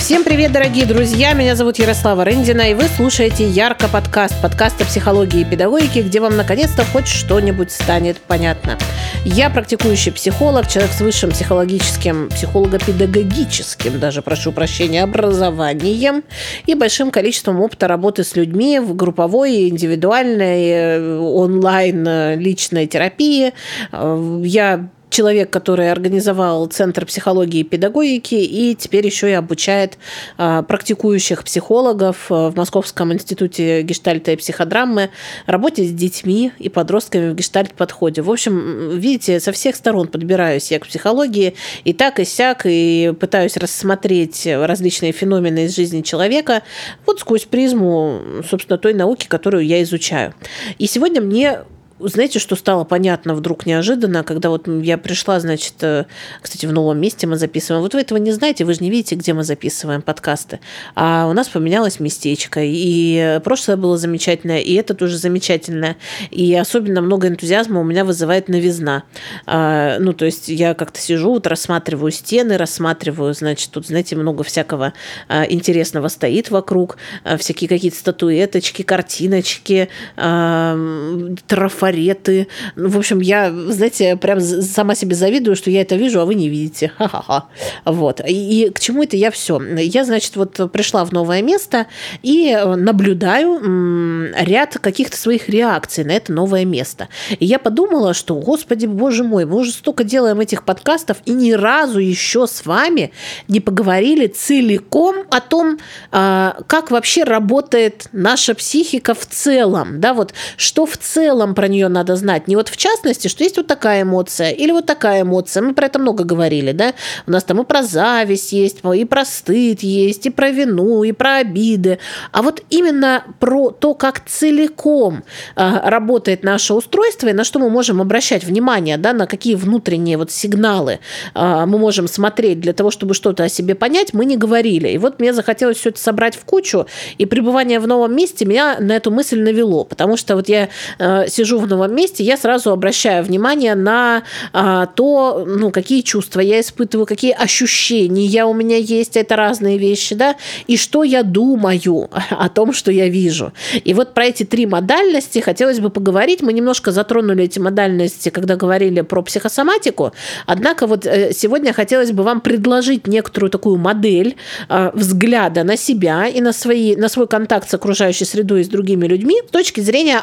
Всем привет, дорогие друзья! Меня зовут Ярослава Рындина, и вы слушаете Ярко подкаст о психологии и педагогике, где вам наконец-то хоть что-нибудь станет понятно. Я практикующий психолог, человек с высшим психологическим, психолого-педагогическим, даже, прошу прощения, образованием и большим количеством опыта работы с людьми в групповой, индивидуальной, онлайн, личной терапии. Я человек, который организовал Центр психологии и педагогики и теперь еще и обучает практикующих психологов в Московском институте гештальта и психодрамы работе с детьми и подростками в гештальт-подходе. В общем, видите, со всех сторон подбираюсь я к психологии и так, и сяк, и пытаюсь рассмотреть различные феномены из жизни человека вот сквозь призму, собственно, той науки, которую я изучаю. И сегодня мне... Знаете, что стало понятно вдруг неожиданно, когда вот я пришла, значит, кстати, в новом месте мы записываем. Вот вы этого не знаете, вы же не видите, где мы записываем подкасты. А у нас поменялось местечко. И прошлое было замечательное, и это тоже замечательное. И особенно много энтузиазма у меня вызывает новизна. Ну, то есть я как-то сижу, вот рассматриваю стены, рассматриваю, значит, тут, знаете, много всякого интересного стоит вокруг. Всякие какие-то статуэточки, картиночки, трафареты. В общем, я, знаете, прям сама себе завидую, что я это вижу, а вы не видите. Ха-ха-ха. Вот. И к чему это я все? Я, значит, вот пришла в новое место и наблюдаю ряд каких-то своих реакций на это новое место. И я подумала, что, господи, боже мой, мы уже столько делаем этих подкастов и ни разу еще с вами не поговорили целиком о том, как вообще работает наша психика в целом. Да, вот что в целом про нее надо знать. Не вот в частности, что есть вот такая эмоция или вот такая эмоция. Мы про это много говорили, да? У нас там и про зависть есть, и про стыд есть, и про вину, и про обиды. А вот именно про то, как целиком работает наше устройство и на что мы можем обращать внимание, да, на какие внутренние вот сигналы мы можем смотреть для того, чтобы что-то о себе понять, мы не говорили. И вот мне захотелось все это собрать в кучу, и пребывание в новом месте меня на эту мысль навело, потому что вот я сижу в новом месте, я сразу обращаю внимание на то, ну, какие чувства я испытываю, какие ощущения у меня есть, это разные вещи, да, и что я думаю о том, что я вижу. И вот про эти три модальности хотелось бы поговорить. Мы немножко затронули эти модальности, когда говорили про психосоматику, однако вот сегодня хотелось бы вам предложить некоторую такую модель взгляда на себя и на свой контакт с окружающей средой и с другими людьми с точки зрения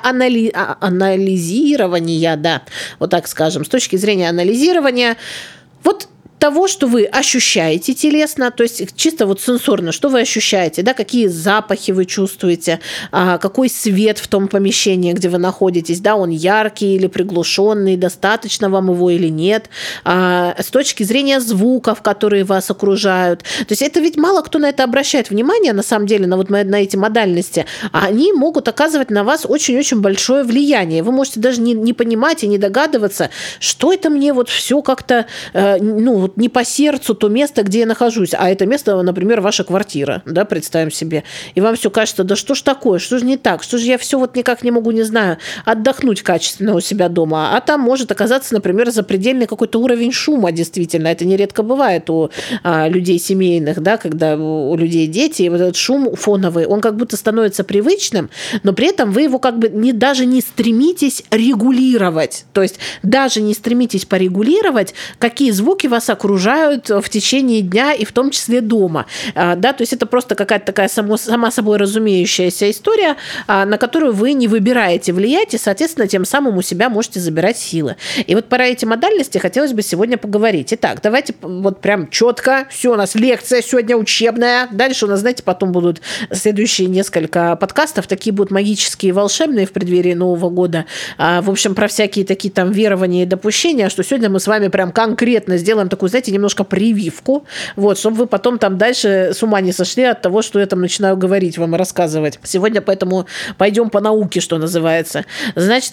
анализирования, да, вот так скажем, с точки зрения анализирования вот того, что вы ощущаете телесно, то есть чисто вот сенсорно, что вы ощущаете, да, какие запахи вы чувствуете, какой свет в том помещении, где вы находитесь, да, он яркий или приглушенный, достаточно вам его или нет, с точки зрения звуков, которые вас окружают. То есть это ведь мало кто на это обращает внимание, на самом деле, на эти модальности, а они могут оказывать на вас очень-очень большое влияние. Вы можете даже не понимать и не догадываться, что это мне вот все как-то, ну, вот не по сердцу то место, где я нахожусь, а это место, например, ваша квартира, да, представим себе, и вам все кажется, да что ж такое, что же не так, что же я все вот никак не могу, не знаю, отдохнуть качественно у себя дома, а там может оказаться, например, запредельный какой-то уровень шума, действительно, это нередко бывает у людей семейных, да, когда у людей дети, и вот этот шум фоновый, он как будто становится привычным, но при этом вы его как бы даже не стремитесь регулировать, то есть даже не стремитесь порегулировать, какие звуки вас окружают в течение дня и в том числе дома. Да, то есть это просто какая-то такая сама собой разумеющаяся история, на которую вы не выбираете влиять, и, соответственно, тем самым у себя можете забирать силы. И вот про эти модальности хотелось бы сегодня поговорить. Итак, давайте вот прям четко. Все, у нас лекция сегодня учебная. Дальше у нас, знаете, потом будут следующие несколько подкастов. Такие будут магические и волшебные в преддверии Нового года. В общем, про всякие такие там верования и допущения, что сегодня мы с вами прям конкретно сделаем такую, знаете, немножко прививку, вот, чтобы вы потом там дальше с ума не сошли от того, что я там начинаю говорить вам и рассказывать. Сегодня поэтому пойдем по науке, что называется. Значит,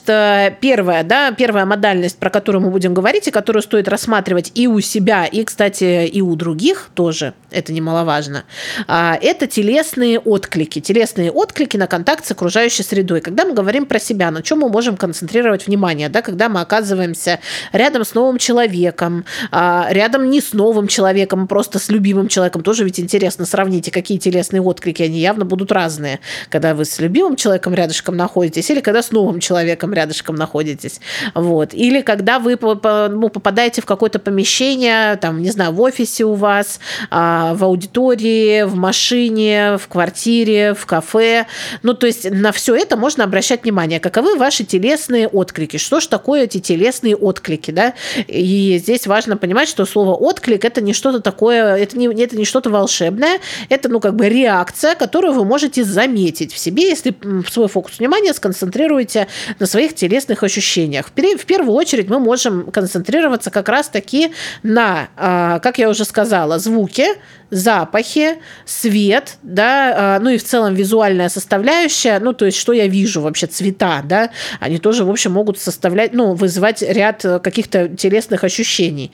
первая модальность, про которую мы будем говорить, и которую стоит рассматривать и у себя, и, кстати, и у других тоже, это немаловажно, это телесные отклики. Телесные отклики на контакт с окружающей средой. Когда мы говорим про себя, на чем мы можем концентрировать внимание, да, когда мы оказываемся рядом с новым человеком, рядом рядом не с новым человеком, а просто с любимым человеком. Тоже ведь интересно, сравните, какие телесные отклики, они явно будут разные, когда вы с любимым человеком рядышком находитесь или когда с новым человеком рядышком находитесь. Вот. Или когда вы попадаете в какое-то помещение, там, не знаю, в офисе у вас, в аудитории, в машине, в квартире, в кафе. Ну, то есть на все это можно обращать внимание. Каковы ваши телесные отклики? Что ж такое эти телесные отклики, да? И здесь важно понимать, что слово «отклик» – это не что-то такое, это не что-то волшебное, это, ну, как бы реакция, которую вы можете заметить в себе, если свой фокус внимания сконцентрируете на своих телесных ощущениях. В первую очередь мы можем концентрироваться как раз-таки на, как я уже сказала, звуки, запахи, свет, да, ну и в целом визуальная составляющая, ну, то есть что я вижу вообще, цвета, да, они тоже, в общем, могут составлять, ну, вызывать ряд каких-то телесных ощущений.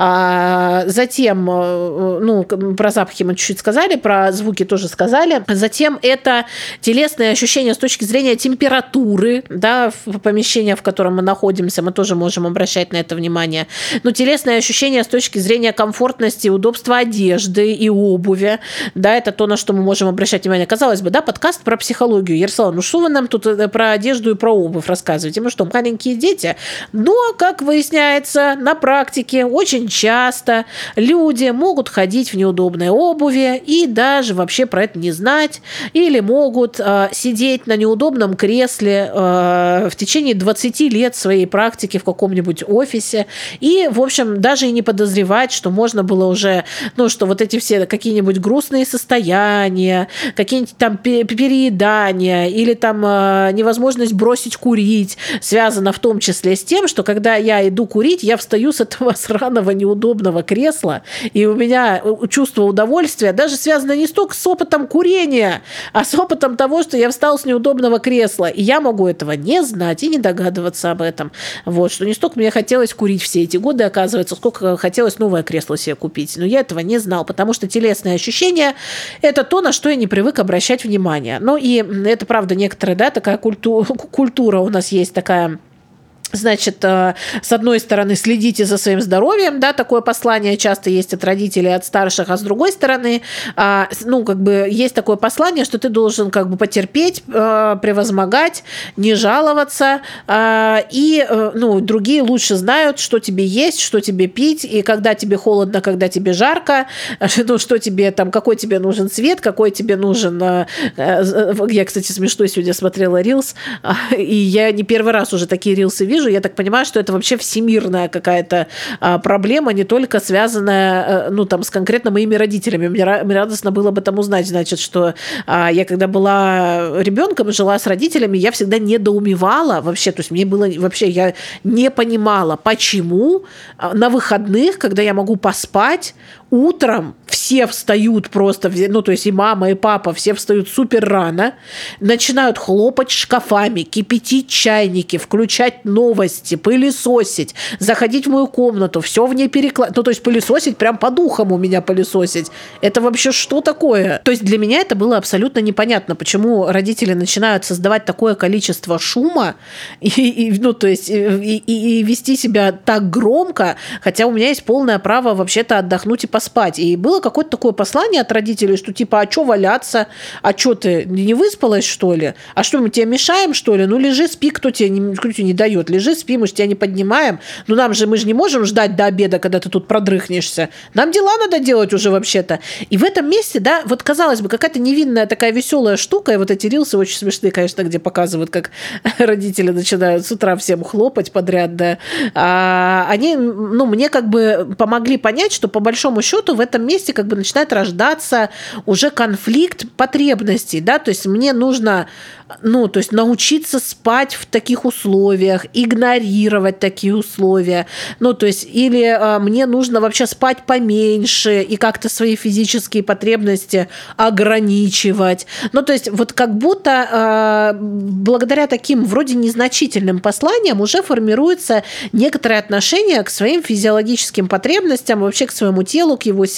Затем, ну, про запахи мы чуть-чуть сказали, про звуки тоже сказали. Затем это телесные ощущения с точки зрения температуры, да, в помещении, в котором мы находимся, мы тоже можем обращать на это внимание. Но телесные ощущения с точки зрения комфортности, удобства одежды и обуви, да, это то, на что мы можем обращать внимание. Казалось бы, да, подкаст про психологию. Ярослава, ну что вы нам тут про одежду и про обувь рассказываете? Мы что, маленькие дети? Но, как выясняется, на практике очень часто люди могут ходить в неудобной обуви и даже вообще про это не знать, или могут сидеть на неудобном кресле в течение 20 лет своей практики в каком-нибудь офисе и, в общем, даже и не подозревать, что можно было уже, ну, что вот эти все какие-нибудь грустные состояния, какие-нибудь там переедания или там невозможность бросить курить связано в том числе с тем, что когда я иду курить, я встаю с этого сраного неудобного кресла, и у меня чувство удовольствия даже связано не столько с опытом курения, а с опытом того, что я встал с неудобного кресла, и я могу этого не знать и не догадываться об этом. Вот, что не столько мне хотелось курить все эти годы, оказывается, сколько хотелось новое кресло себе купить. Но я этого не знал, потому что телесные ощущения – это то, на что я не привык обращать внимание. Ну и это, правда, некоторая, да, такая культура у нас есть такая. Значит, с одной стороны, следите за своим здоровьем, да, такое послание часто есть от родителей, от старших, а с другой стороны, ну, как бы есть такое послание, что ты должен как бы потерпеть, превозмогать, не жаловаться, и, ну, другие лучше знают, что тебе есть, что тебе пить, и когда тебе холодно, когда тебе жарко, ну, что тебе там, какой тебе нужен цвет, какой тебе нужен... Я, кстати, смешно сегодня смотрела рилс, и я не первый раз уже такие рилсы вижу. Я так понимаю, что это вообще всемирная какая-то проблема, не только связанная, ну, там, с конкретно моими родителями. Мне радостно было бы там узнать, значит, что я, когда была ребенком, жила с родителями, я всегда недоумевала вообще, то есть мне было вообще, я не понимала, почему на выходных, когда я могу поспать, утром все встают просто, ну, то есть и мама, и папа, все встают супер рано, начинают хлопать шкафами, кипятить чайники, включать новости, пылесосить, заходить в мою комнату, все в ней перекладывать. Ну, то есть пылесосить прям по духам у меня пылесосить. Это вообще что такое? То есть для меня это было абсолютно непонятно, почему родители начинают создавать такое количество шума ну, то есть и вести себя так громко, хотя у меня есть полное право вообще-то отдохнуть и поспать. И было какое-то такое послание от родителей, что типа, а что валяться? А что ты не выспалась, что ли? А что, мы тебе мешаем, что ли? Ну, лежи, спи, кто тебе не дает. Лежи, спи, мы же тебя не поднимаем. Ну, мы же не можем ждать до обеда, когда ты тут продрыхнешься. Нам дела надо делать уже вообще-то. И в этом месте, да, вот казалось бы, какая-то невинная такая веселая штука, и вот эти рилсы очень смешные, конечно, где показывают, как родители начинают с утра всем хлопать подряд, да. Они, ну, мне как бы помогли понять, что по большому счету в этом месте как бы начинает рождаться уже конфликт потребностей, да, то есть мне нужно, ну, то есть научиться спать в таких условиях, игнорировать такие условия, ну, то есть или мне нужно вообще спать поменьше и как-то свои физические потребности ограничивать, ну, то есть вот как будто благодаря таким вроде незначительным посланиям уже формируется некоторое отношение к своим физиологическим потребностям, вообще к своему телу, к его сигналам,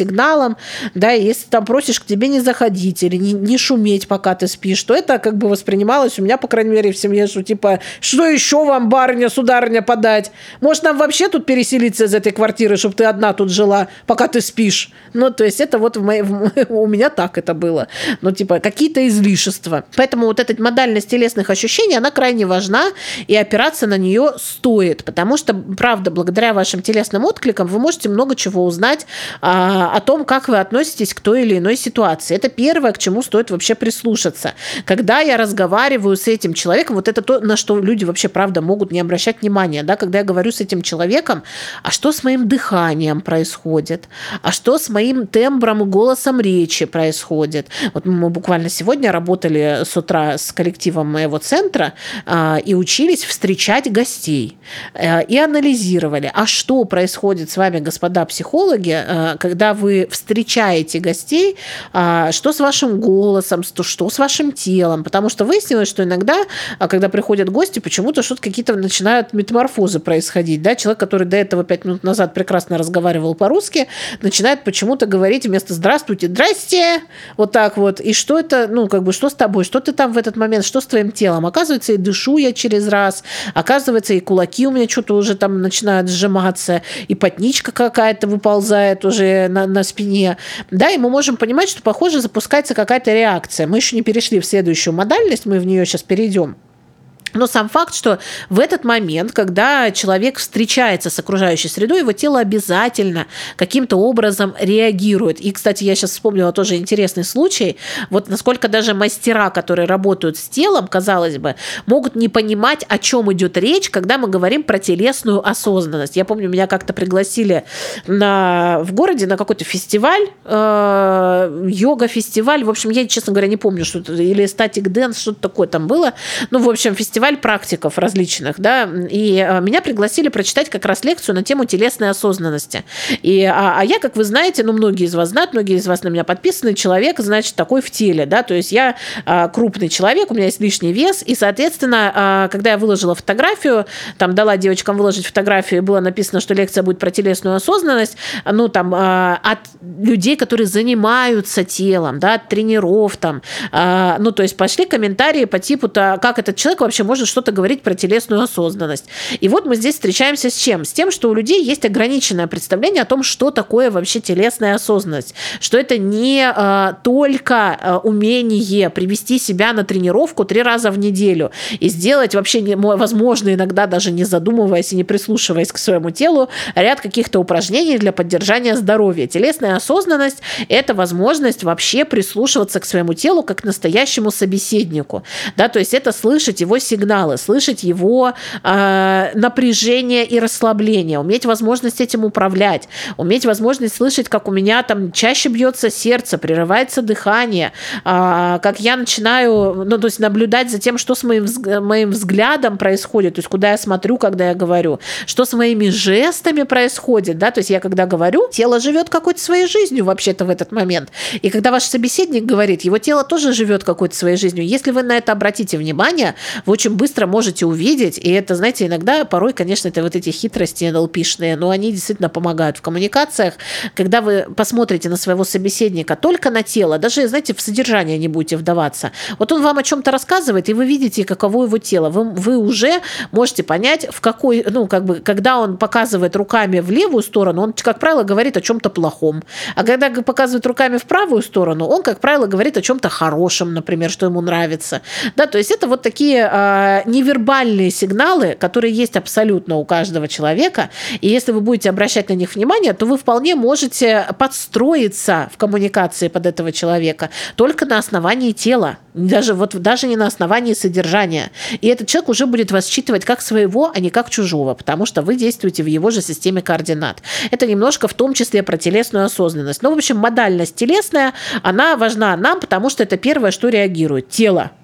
одеялом, да, и если там просишь к тебе не заходить или не шуметь, пока ты спишь, то это как бы воспринималось у меня, по крайней мере, в семье, что типа, что еще вам, барыня, сударыня, подать? Может, нам вообще тут переселиться из этой квартиры, чтобы ты одна тут жила, пока ты спишь? Ну, то есть это вот у меня так это было. Ну, типа, какие-то излишества. Поэтому вот эта модальность телесных ощущений, она крайне важна, и опираться на нее стоит, потому что, правда, благодаря вашим телесным откликам вы можете много чего узнать о том, как вы относитесь к той или иной ситуации. Это первое, к чему стоит вообще прислушаться. Когда я разговариваю с этим человеком, вот это то, на что люди вообще, правда, могут не обращать внимания, да, когда я говорю с этим человеком, а что с моим дыханием происходит, а что с моим тембром и голосом речи происходит. Вот мы буквально сегодня работали с утра с коллективом моего центра и учились встречать гостей и анализировали, а что происходит с вами, господа психологи, когда вы встречаете гостей, что с вашим голосом, что с вашим телом, потому что выяснилось, что иногда, когда приходят гости, почему-то что-то какие-то начинают метаморфозы происходить, да, человек, который до этого 5 минут назад прекрасно разговаривал по-русски, начинает почему-то говорить вместо «здравствуйте», «здрасте», вот так вот, и что это, ну, как бы, что с тобой, что ты там в этот момент, что с твоим телом, оказывается, и дышу я через раз, оказывается, и кулаки у меня что-то уже там начинают сжиматься, и потничка какая-то выползает уже на спине, да, и мы можем понимать, что, похоже, запускается какая-то реакция. Мы еще не перешли в следующую модальность, мы в нее сейчас перейдем. Но сам факт, что в этот момент, когда человек встречается с окружающей средой, его тело обязательно каким-то образом реагирует. И, кстати, я сейчас вспомнила тоже интересный случай. Вот насколько даже мастера, которые работают с телом, казалось бы, могут не понимать, о чем идет речь, когда мы говорим про телесную осознанность. Я помню, меня как-то пригласили в городе на какой-то фестиваль, йога-фестиваль. В общем, я, честно говоря, не помню, что это, или статик-дэнс, что-то такое там было. Ну, в общем, фестиваль практиков различных, да, и меня пригласили прочитать как раз лекцию на тему телесной осознанности. А я, как вы знаете, ну, многие из вас знают, многие из вас на меня подписаны, человек, значит, такой в теле, да, то есть я крупный человек, у меня есть лишний вес, и, соответственно, когда я выложила фотографию, там, дала девочкам выложить фотографию, и было написано, что лекция будет про телесную осознанность, ну, там, от людей, которые занимаются телом, да, от тренеров, там, ну, то есть пошли комментарии по типу, как этот человек вообще может что-то говорить про телесную осознанность. И вот мы здесь встречаемся с чем? С тем, что у людей есть ограниченное представление о том, что такое вообще телесная осознанность. Что это не только умение привести себя на тренировку 3 раза в неделю и сделать вообще, возможно, иногда даже не задумываясь и не прислушиваясь к своему телу, ряд каких-то упражнений для поддержания здоровья. Телесная осознанность – это возможность вообще прислушиваться к своему телу как к настоящему собеседнику. Да, то есть это слышать его сигналы, слышать его напряжение и расслабление, уметь возможность этим управлять, уметь возможность слышать, как у меня там чаще бьется сердце, прерывается дыхание, как я начинаю, ну, то есть наблюдать за тем, что с моим взглядом происходит, то есть куда я смотрю, когда я говорю, что с моими жестами происходит, да, то есть я когда говорю, тело живет какой-то своей жизнью вообще-то в этот момент. И когда ваш собеседник говорит, его тело тоже живет какой-то своей жизнью. Если вы на это обратите внимание, вы очень быстро можете увидеть, и это, знаете, иногда, порой, конечно, это вот эти хитрости НЛПшные, но они действительно помогают в коммуникациях, когда вы посмотрите на своего собеседника только на тело, даже, знаете, в содержание не будете вдаваться. Вот он вам о чем-то рассказывает, и вы видите, каково его тело. Вы уже можете понять, в какой, ну, как бы, когда он показывает руками в левую сторону, он, как правило, говорит о чем-то плохом. А когда показывает руками в правую сторону, он, как правило, говорит о чем-то хорошем, например, что ему нравится. Да, то есть это вот такие невербальные сигналы, которые есть абсолютно у каждого человека, и если вы будете обращать на них внимание, то вы вполне можете подстроиться в коммуникации под этого человека только на основании тела, даже не на основании содержания. И этот человек уже будет вас считывать как своего, а не как чужого, потому что вы действуете в его же системе координат. Это немножко в том числе про телесную осознанность. Но, в общем, модальность телесная, она важна нам, потому что это первое, что реагирует. Тело.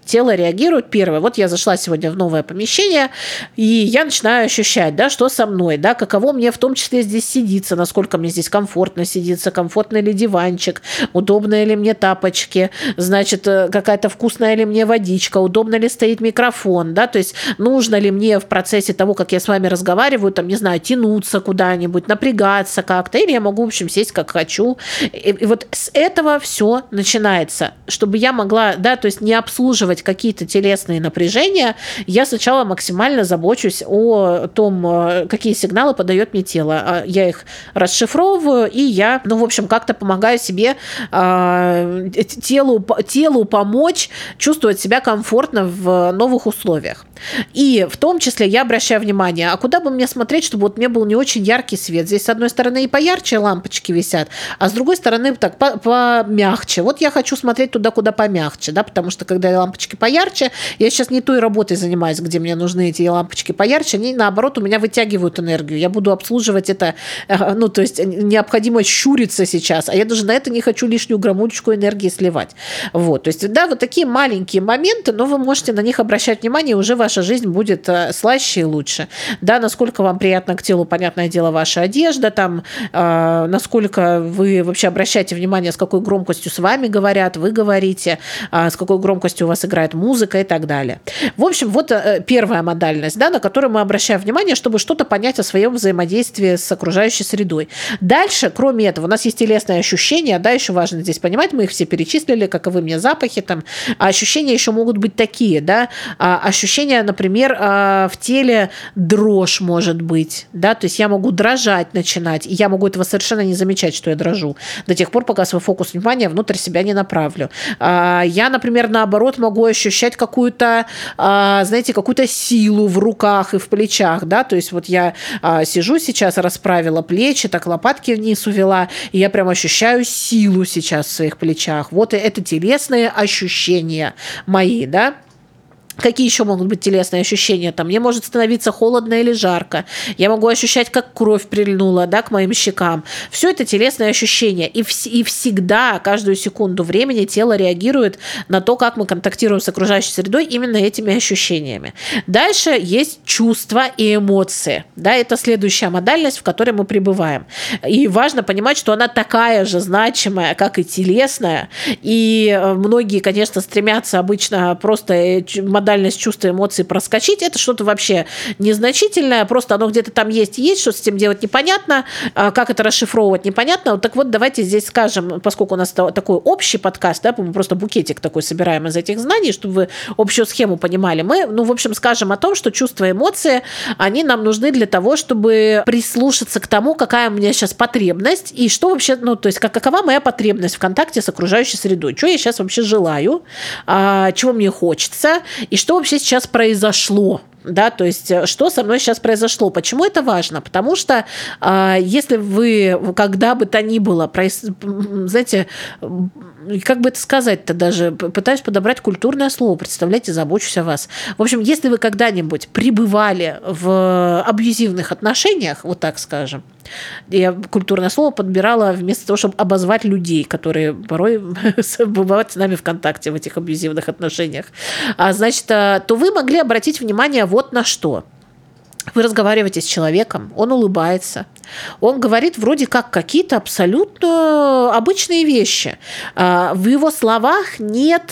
тело реагирует первое. Вот я зашла сегодня в новое помещение, и я начинаю ощущать, да, что со мной, да, каково мне в том числе здесь сидится, насколько мне здесь комфортно сидится, комфортный ли диванчик, удобные ли мне тапочки, значит, какая-то вкусная ли мне водичка, удобно ли стоит микрофон, да, то есть нужно ли мне в процессе того, как я с вами разговариваю, там, не знаю, тянуться куда-нибудь, напрягаться как-то, или я могу, в общем, сесть как хочу. И вот с этого все начинается. Чтобы я могла, да, то есть не обслуживать какие-то телесные напряжения, я сначала максимально забочусь о том, какие сигналы подает мне тело. Я их расшифровываю, и я, ну, в общем, как-то помогаю себе, телу помочь чувствовать себя комфортно в новых условиях. И в том числе я обращаю внимание, а куда бы мне смотреть, чтобы вот мне был не очень яркий свет. Здесь, с одной стороны, и поярче лампочки висят, а с другой стороны, так, помягче. Вот я хочу смотреть туда, куда помягче, да, потому что, когда лампочки поярче, я сейчас не той работой занимаюсь, где мне нужны эти лампочки поярче, они, наоборот, у меня вытягивают энергию. Я буду обслуживать это, ну, то есть необходимо щуриться сейчас, а я даже на это не хочу лишнюю граммулечку энергии сливать. Вот, то есть, да, вот такие маленькие моменты, но вы можете на них обращать внимание, и уже ваша жизнь будет слаще и лучше. Да, насколько вам приятно к телу, понятное дело, ваша одежда, там, насколько вы вообще обращаете внимание, с какой громкостью с вами говорят, вы говорите, с какой громкостью у вас играет музыка и так далее. В общем, вот первая модальность, да, на которую мы обращаем внимание, чтобы что-то понять о своем взаимодействии с окружающей средой. Дальше, кроме этого, у нас есть телесные ощущения, да, еще важно здесь понимать, мы их все перечислили, каковы мне запахи, там, а ощущения еще могут быть такие, да, ощущения, например, в теле дрожь может быть, да, то есть я могу дрожать начинать, и я могу этого совершенно не замечать, что я дрожу, до тех пор, пока свой фокус внимания внутрь себя не направлю. Я, например, наоборот, могу ощущать какую-то, знаете, какую-то силу в руках и в плечах, да, то есть вот я сижу сейчас, расправила плечи, так лопатки вниз увела, и я прям ощущаю силу сейчас в своих плечах. Вот это телесные ощущения мои, да. Какие еще могут быть телесные ощущения? Там, мне может становиться холодно или жарко. Я могу ощущать, как кровь прильнула, да, к моим щекам. Все это телесные ощущения. И всегда, каждую секунду времени тело реагирует на то, как мы контактируем с окружающей средой именно этими ощущениями. Дальше есть чувства и эмоции. Да, это следующая модальность, в которой мы пребываем. И важно понимать, что она такая же значимая, как и телесная. И многие, конечно, стремятся обычно просто модальность чувства, эмоций проскочить. Это что-то вообще незначительное, просто оно где-то там есть, что с этим делать непонятно, как это расшифровывать непонятно. Вот так вот, давайте здесь скажем, поскольку у нас такой общий подкаст, да, мы просто букетик такой собираем из этих знаний, чтобы вы общую схему понимали. Мы, ну, в общем, скажем о том, что чувства и эмоции, они нам нужны для того, чтобы прислушаться к тому, какая у меня сейчас потребность, и что вообще, ну, то есть какова моя потребность в контакте с окружающей средой, что я сейчас вообще желаю, чего мне хочется, и что вообще сейчас произошло. Да, то есть, что со мной сейчас произошло? Почему это важно? Потому что если вы, когда бы то ни было, знаете, как бы это сказать-то даже, пытаюсь подобрать культурное слово, представляете, забочусь о вас. В общем, если вы когда-нибудь пребывали в абьюзивных отношениях, вот так скажем, я культурное слово подбирала вместо того, чтобы обозвать людей, которые порой бывают с нами в контакте в этих абьюзивных отношениях, значит, то вы могли обратить внимание вот на что. Вы разговариваете с человеком, он улыбается, он говорит вроде как какие-то абсолютно обычные вещи. В его словах нет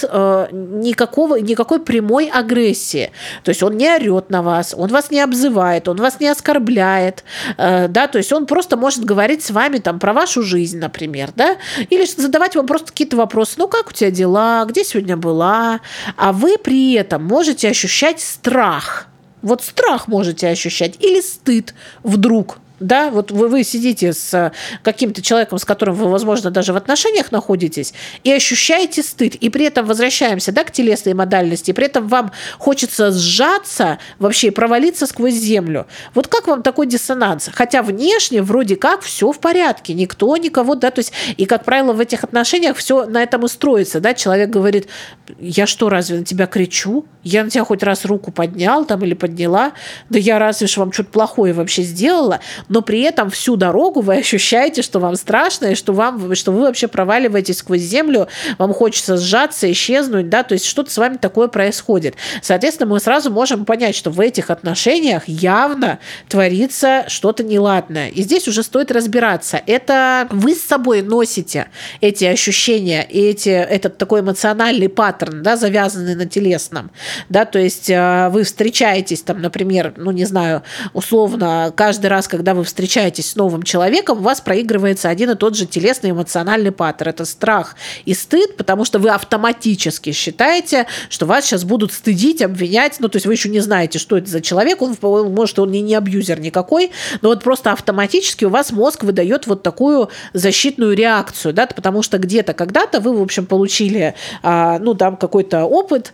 никакой прямой агрессии. То есть он не орет на вас, он вас не обзывает, он вас не оскорбляет. Да? То есть он просто может говорить с вами там, про вашу жизнь, например. Да? Или задавать вам просто какие-то вопросы. Ну, как у тебя дела? Где сегодня была? А вы при этом можете ощущать страх. Вот страх можете ощущать или стыд вдруг. Да, вот вы сидите с каким-то человеком, с которым вы, возможно, даже в отношениях находитесь, и ощущаете стыд, и при этом возвращаемся, да, к телесной модальности, и при этом вам хочется сжаться, вообще провалиться сквозь землю. Вот как вам такой диссонанс? Хотя внешне вроде как все в порядке, никто никого, да, то есть, и, как правило, в этих отношениях все на этом и строится, да, человек говорит, я что, разве на тебя кричу? Я на тебя хоть раз руку поднял там или подняла? Да я разве ж вам что-то плохое вообще сделала? но при этом всю дорогу вы ощущаете, что вам страшно, и что вы вообще проваливаетесь сквозь землю, вам хочется сжаться, исчезнуть, да, то есть что-то с вами такое происходит. Соответственно, мы сразу можем понять, что в этих отношениях явно творится что-то неладное. И здесь уже стоит разбираться. Это вы с собой носите эти ощущения, и этот такой эмоциональный паттерн, да, завязанный на телесном, да, то есть вы встречаетесь там, например, ну, не знаю, условно, каждый раз, когда вы встречаетесь с новым человеком, у вас проигрывается один и тот же телесный эмоциональный паттерн. Это страх и стыд, потому что вы автоматически считаете, что вас сейчас будут стыдить, обвинять, ну, то есть вы еще не знаете, что это за человек, может, он не абьюзер никакой, но вот просто автоматически у вас мозг выдает вот такую защитную реакцию, да, потому что где-то когда-то вы, в общем, получили, ну, там какой-то опыт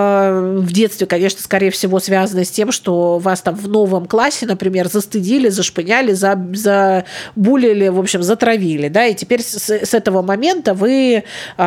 в детстве, конечно, скорее всего, связанный с тем, что вас там в новом классе, например, застыдили, зашпыняли, забулили, в общем, затравили, да, и теперь с этого момента вы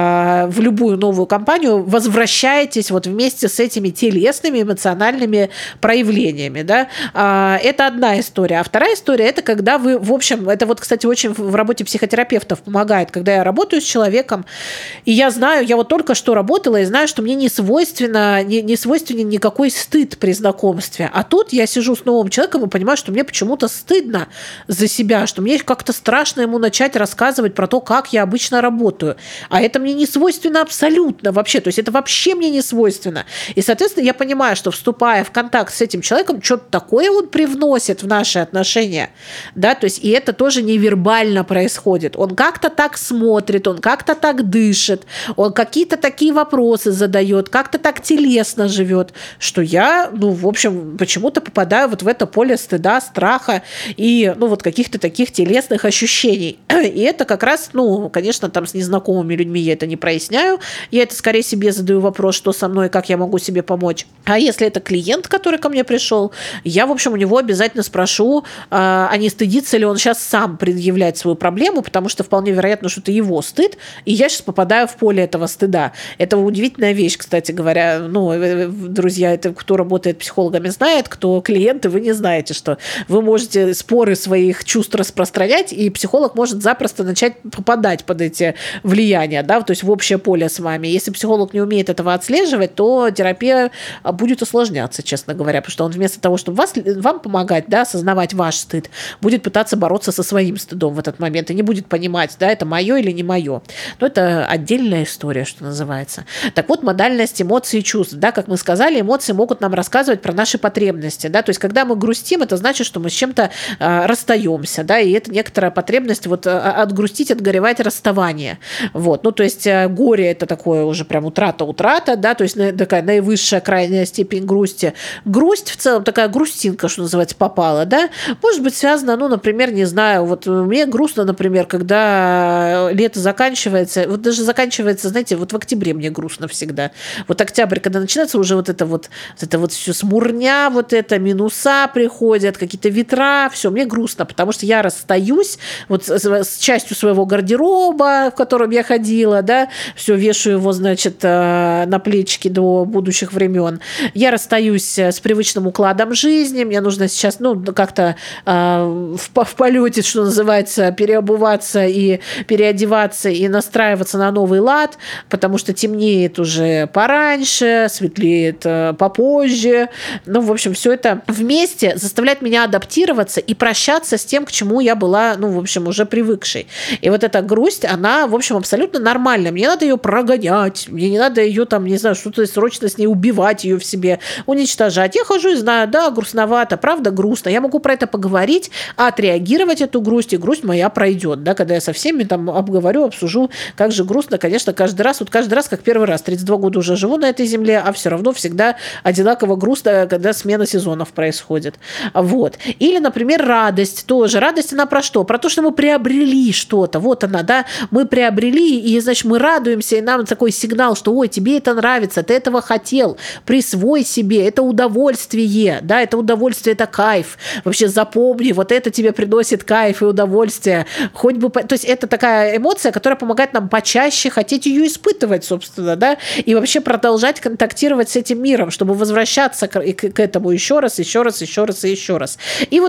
в любую новую компанию возвращаетесь вот вместе с этими телесными, эмоциональными проявлениями, да. Это одна история. А вторая история – это когда вы, в общем, это вот, кстати, очень в работе психотерапевтов помогает, когда я работаю с человеком, и я знаю, я вот только что работала и знаю, что мне не свойственен никакой стыд при знакомстве. А тут я сижу с новым человеком и понимаю, что мне почему-то стыдно за себя, что мне как-то страшно ему начать рассказывать про то, как я обычно работаю. А это мне не свойственно абсолютно вообще. То есть это вообще мне не свойственно. И, соответственно, я понимаю, что, вступая в контакт с этим человеком, что-то такое он привносит в наши отношения. Да? То есть и это тоже невербально происходит. Он как-то так смотрит, он как-то так дышит, он какие-то такие вопросы задает, как-то так телесно живет, что я, ну, в общем, почему-то попадаю вот в это поле стыда, страха и, ну, вот каких-то таких телесных ощущений. И это как раз, ну, конечно, там с незнакомыми людьми я это не проясняю, я это скорее себе задаю вопрос, что со мной, как я могу себе помочь. А если это клиент, который ко мне пришел, я, в общем, у него обязательно спрошу, а не стыдится ли он сейчас сам предъявлять свою проблему, потому что вполне вероятно, что это его стыд, и я сейчас попадаю в поле этого стыда. Это удивительная вещь, кстати говоря. Ну, друзья, это кто работает психологами знает, кто клиенты, вы не знаете, что вы можете споры своих чувств распространять, и психолог может запросто начать попадать под эти влияния, да, то есть в общее поле с вами. Если психолог не умеет этого отслеживать, то терапия будет усложняться, честно говоря, потому что он вместо того, чтобы вам помогать, да, осознавать ваш стыд, будет пытаться бороться со своим стыдом в этот момент и не будет понимать, да, это мое или не мое. Но это отдельная история, что называется. Так вот, модальность эмоций и чувств. Да, как мы сказали, эмоции могут нам рассказывать про наши потребности. Да, то есть, когда мы грустим, это значит, что мы с чем-то расстаемся. Да, и это некоторая потребность вот, отгрустить, отгоревать расставание. Вот. Ну, то есть, горе – это такое уже прям утрата, да, то есть такая наивысшая крайняя степень грусти. Грусть в целом, такая грустинка, что называется, попала, да, может быть связана, ну, например, не знаю, вот мне грустно, например, когда лето заканчивается, вот даже заканчивается, знаете, вот в октябре мне грустно всегда. Вот октябрь, когда начинается уже вот это вот все смурня, вот это минуса приходят, какие-то ветра, все, мне грустно, потому что я расстаюсь вот с частью своего гардероба, в котором я ходила, да, все, вешаю его, значит, на плечики до будущих времен. Я расстаюсь с привычным укладом жизни, мне нужно сейчас, ну, как-то в полете, что называется, переобуваться и переодеваться и настраиваться на новый лад, потому что темнеет уже пораньше, светлеет попозже. Ну, в общем, все это вместе заставляет меня адаптироваться и прощаться с тем, к чему я была, ну, в общем, уже привыкшей. И вот эта грусть, она, в общем, абсолютно нормальная. Мне надо ее прогонять, мне не надо ее там, не знаю, что-то срочно с ней убивать ее в себе, уничтожать. Я хожу и знаю, да, грустновато, правда грустно. Я могу про это поговорить, отреагировать эту грусть, и грусть моя пройдет, да, когда я со всеми там обговорю, обсужу, как же грустно, конечно, каждый раз, как первый раз, 32 года уже живу на этой земле, а все равно всегда одинаково грустно, когда смена сезонов происходит. Вот. Или, например, радость тоже. Радость, она про что? Про то, что мы приобрели что-то. Вот она, да, мы приобрели, и, значит, мы радуемся, и нам такой сигнал, что, ой, тебе это нравится, ты этого хотел, присвой себе, это удовольствие, да, это удовольствие, это кайф. Вообще запомни, вот это тебе приносит кайф и удовольствие. Хоть бы, то есть это такая эмоция, которая помогает нам почаще хотеть ее испытывать, собственно, да, и вообще продолжать контактировать с этим миром, чтобы возвращаться к этому еще раз. И вот так очень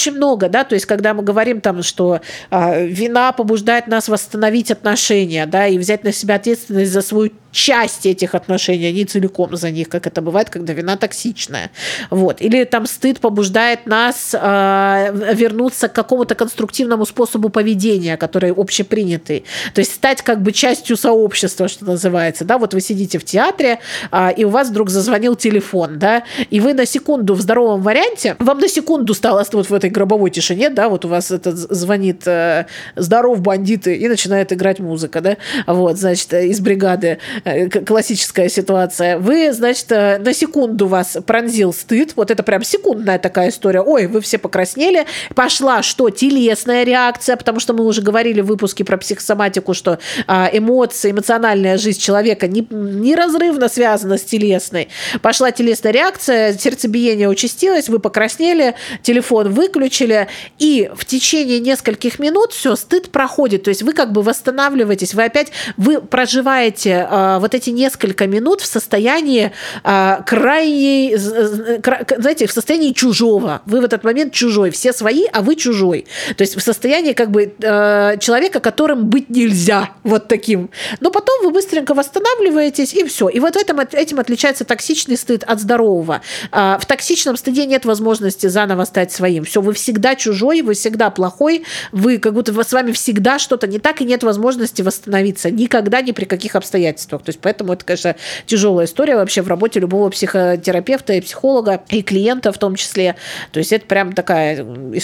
очень много, да, то есть когда мы говорим там, что вина побуждает нас восстановить отношения, да, и взять на себя ответственность за свою часть этих отношений, а не целиком за них, как это бывает, когда вина токсичная. Вот. Или там стыд побуждает нас вернуться к какому-то конструктивному способу поведения, который общепринятый. То есть стать как бы частью сообщества, что называется. Да? Вот вы сидите в театре, и у вас вдруг зазвонил телефон, да, и вы на секунду в здоровом варианте, вам на секунду стало вот в этой гробовой тишине, да, вот у вас звонит «Здоров, бандиты», и начинает играть музыка, да, вот, значит, из бригады. Классическая ситуация. Вы, значит, на секунду вас пронзил стыд. Вот это прям секундная такая история. Ой, вы все покраснели. Пошла что? Телесная реакция, потому что мы уже говорили в выпуске про психосоматику, что эмоции, эмоциональная жизнь человека неразрывно связана с телесной. Пошла телесная реакция, сердцебиение участилось, вы покраснели, телефон выключили, и в течение нескольких минут все, стыд проходит. То есть вы как бы восстанавливаетесь, вы проживаете вот эти несколько минут в состоянии крайней, знаете, в состоянии чужого. Вы в этот момент чужой. Все свои, а вы чужой. То есть в состоянии как бы человека, которым быть нельзя. Вот таким. Но потом вы быстренько восстанавливаетесь, и все. И вот этим отличается токсичный стыд от здорового. В токсичном стыде нет возможности заново стать своим. Все, вы всегда чужой, вы всегда плохой, вы как будто с вами всегда что-то не так, и нет возможности восстановиться. Никогда, ни при каких обстоятельствах. То есть поэтому это, конечно, тяжелая история вообще в работе любого психотерапевта и психолога, и клиента в том числе. То есть это прям такая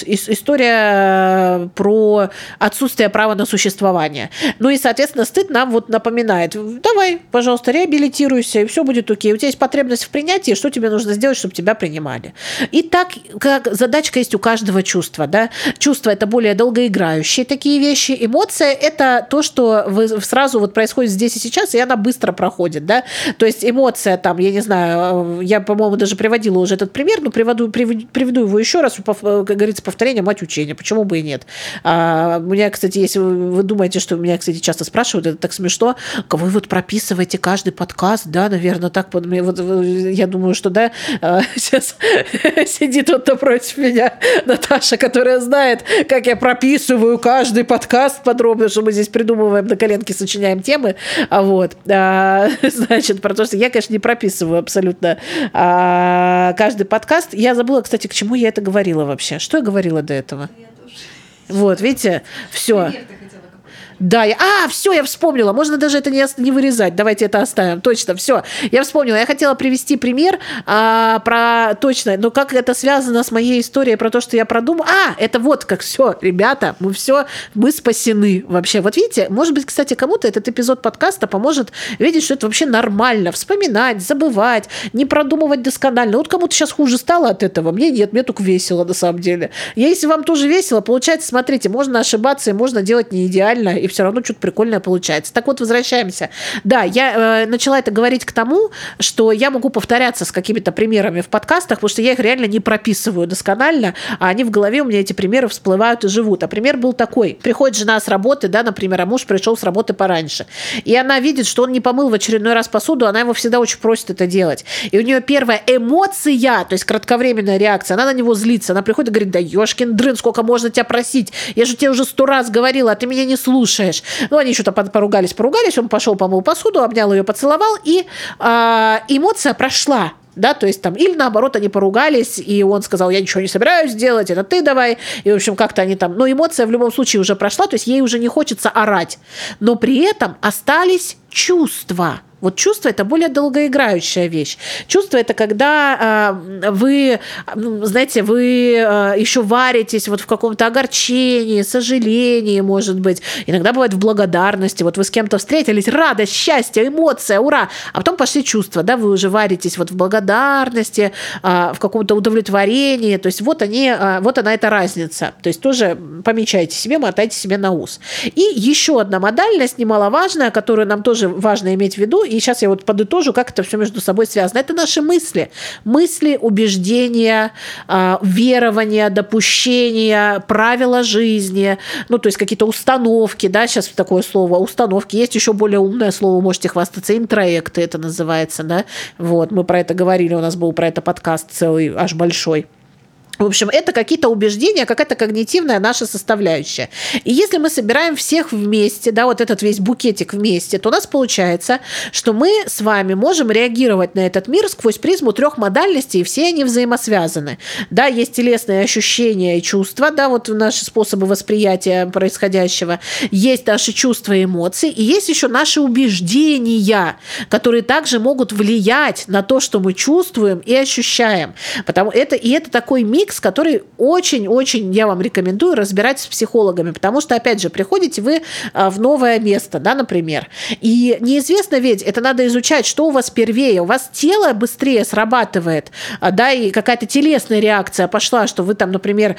история про отсутствие права на существование. Ну и, соответственно, стыд нам вот напоминает: давай, пожалуйста, реабилитируйся, и все будет окей. У тебя есть потребность в принятии, что тебе нужно сделать, чтобы тебя принимали. И так, как задачка есть у каждого чувства. Да? Чувство – это более долгоиграющие такие вещи. Эмоция – это то, что сразу вот происходит здесь и сейчас, и она быстро проходит. Да? То есть эмоция, там, я не знаю, я, по-моему, даже приводила уже этот пример, но приведу его еще раз, как говорится, повторение – мать учения. Почему бы и нет? У меня, кстати, если вы думаете, что меня, кстати, часто спрашивают, это так смешно, вы вот прописываете каждый подкаст, да, наверное, так, вот, я думаю, что, да, сейчас сидит вот напротив меня Наташа, которая знает, как я прописываю каждый подкаст подробно, что мы здесь придумываем на коленке, сочиняем темы, вот, значит, про то, что я, конечно, не прописываю абсолютно каждый подкаст. Я забыла, кстати, к чему я это говорила вообще. Что я говорила до этого? Вот, видите, все. Да, все, я вспомнила. Можно даже это не вырезать. Давайте это оставим. Точно, все. Я вспомнила. Я хотела привести пример про точно, но как это связано с моей историей про то, что я продумала. Это вот как все, ребята, мы спасены вообще. Вот видите, может быть, кстати, кому-то этот эпизод подкаста поможет видеть, что это вообще нормально. Вспоминать, забывать, не продумывать досконально. Вот кому-то сейчас хуже стало от этого. Мне нет, мне только весело на самом деле. Если вам тоже весело, получается, смотрите, можно ошибаться и можно делать не идеально, и все равно что-то прикольное получается. Так вот, возвращаемся. Да, я начала это говорить к тому, что я могу повторяться с какими-то примерами в подкастах, потому что я их реально не прописываю досконально, а они в голове у меня, эти примеры, всплывают и живут. А пример был такой. Приходит жена с работы, да, например, а муж пришел с работы пораньше. И она видит, что он не помыл в очередной раз посуду, она его всегда очень просит это делать. И у нее первая эмоция, то есть кратковременная реакция, она на него злится. Она приходит и говорит: да ёшкин дрын, сколько можно тебя просить? Я же тебе уже 100 раз говорила, а ты меня не слушаешь. Ну, они что-то поругались, он пошел, помыл посуду, обнял ее, поцеловал, и эмоция прошла. Да, то есть там, или наоборот, они поругались, и он сказал: я ничего не собираюсь делать, это ты давай. И, в общем, как-то они там... Но эмоция в любом случае уже прошла, то есть ей уже не хочется орать. Но при этом остались чувства. Вот чувство – это более долгоиграющая вещь. Чувство – это когда вы, знаете, вы еще варитесь вот в каком-то огорчении, сожалении, может быть. Иногда бывает в благодарности. Вот вы с кем-то встретились, радость, счастье, эмоция, ура. А потом пошли чувства, да, вы уже варитесь вот в благодарности, в каком-то удовлетворении. То есть вот она эта разница. То есть тоже помечайте себе, мотайте себе на ус. И еще одна модальность немаловажная, которую нам тоже важно иметь в виду, и сейчас я вот подытожу, как это все между собой связано. Это наши мысли. Мысли, убеждения, верования, допущения, правила жизни, ну, то есть какие-то установки, да, сейчас такое слово, установки. Есть еще более умное слово, можете хвастаться, интроекты это называется, да. Вот, мы про это говорили, у нас был про это подкаст целый, аж большой. В общем, это какие-то убеждения, какая-то когнитивная наша составляющая. И если мы собираем всех вместе, да, вот этот весь букетик вместе, то у нас получается, что мы с вами можем реагировать на этот мир сквозь призму 3 модальностей, и все они взаимосвязаны. Да, есть телесные ощущения и чувства, да, вот наши способы восприятия происходящего, есть наши чувства и эмоции, и есть еще наши убеждения, которые также могут влиять на то, что мы чувствуем и ощущаем. Это такой микс, который очень-очень я вам рекомендую разбирать с психологами, потому что, опять же, приходите вы в новое место, да, например, и неизвестно ведь, это надо изучать, что у вас первее, у вас тело быстрее срабатывает, да, и какая-то телесная реакция пошла, что вы там, например,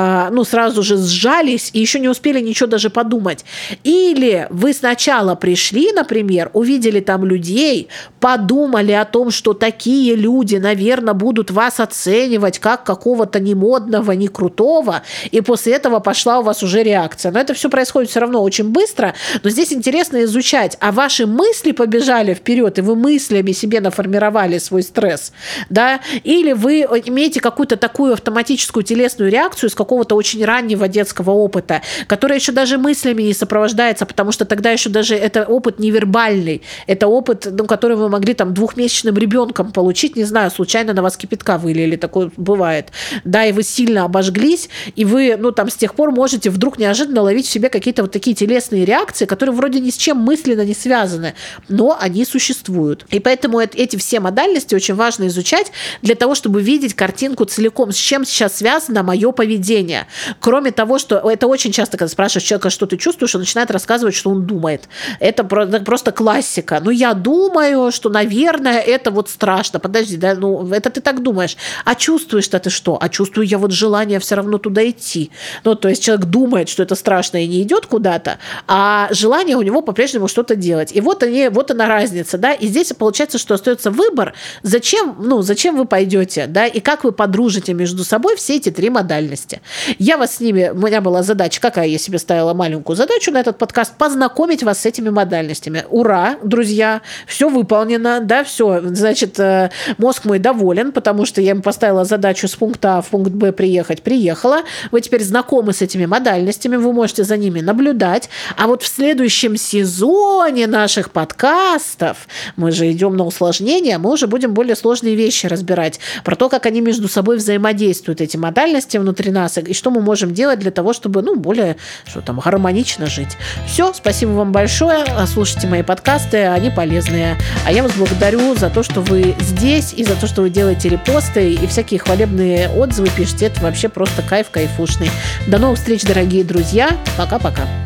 сразу же сжались и еще не успели ничего даже подумать. Или вы сначала пришли, например, увидели там людей, подумали о том, что такие люди, наверное, будут вас оценивать как какого-то ни модного, ни крутого, и после этого пошла у вас уже реакция. Но это все происходит все равно очень быстро, но здесь интересно изучать, а ваши мысли побежали вперед, и вы мыслями себе наформировали свой стресс, да, или вы имеете какую-то такую автоматическую телесную реакцию из какого-то очень раннего детского опыта, которая еще даже мыслями не сопровождается, потому что тогда еще даже это опыт невербальный, это опыт, который вы могли там 2-месячным ребенком получить, не знаю, случайно на вас кипятка вылили, такое бывает, да, и вы сильно обожглись, и вы, с тех пор можете вдруг неожиданно ловить в себе какие-то вот такие телесные реакции, которые вроде ни с чем мысленно не связаны, но они существуют. И поэтому эти все модальности очень важно изучать для того, чтобы видеть картинку целиком, с чем сейчас связано мое поведение. Кроме того, что это очень часто, когда спрашиваешь человека, что ты чувствуешь, он начинает рассказывать, что он думает. Это просто классика. Я думаю, что, наверное, это вот страшно. Подожди, да, это ты так думаешь. А чувствуешь-то ты что? А чувствую я вот желание все равно туда идти. То есть человек думает, что это страшно и не идет куда-то, а желание у него по-прежнему что-то делать. И вот она разница, да, и здесь получается, что остается выбор, зачем вы пойдете, да, и как вы подружите между собой все эти 3 модальности. У меня была задача, какая я себе ставила маленькую задачу на этот подкаст, познакомить вас с этими модальностями. Ура, друзья, все выполнено, да, все, значит, мозг мой доволен, потому что я ему поставила задачу с пункта А в пункт Б приехала. Вы теперь знакомы с этими модальностями, вы можете за ними наблюдать. А вот в следующем сезоне наших подкастов, мы же идем на усложнение, мы уже будем более сложные вещи разбирать, про то, как они между собой взаимодействуют, эти модальности внутри нас, и что мы можем делать для того, чтобы, более, гармонично жить. Все, спасибо вам большое, слушайте мои подкасты, они полезные. А я вас благодарю за то, что вы здесь, и за то, что вы делаете репосты, и всякие хвалебные отзывы пишите. Это вообще просто кайфушный. До новых встреч, дорогие друзья. Пока-пока.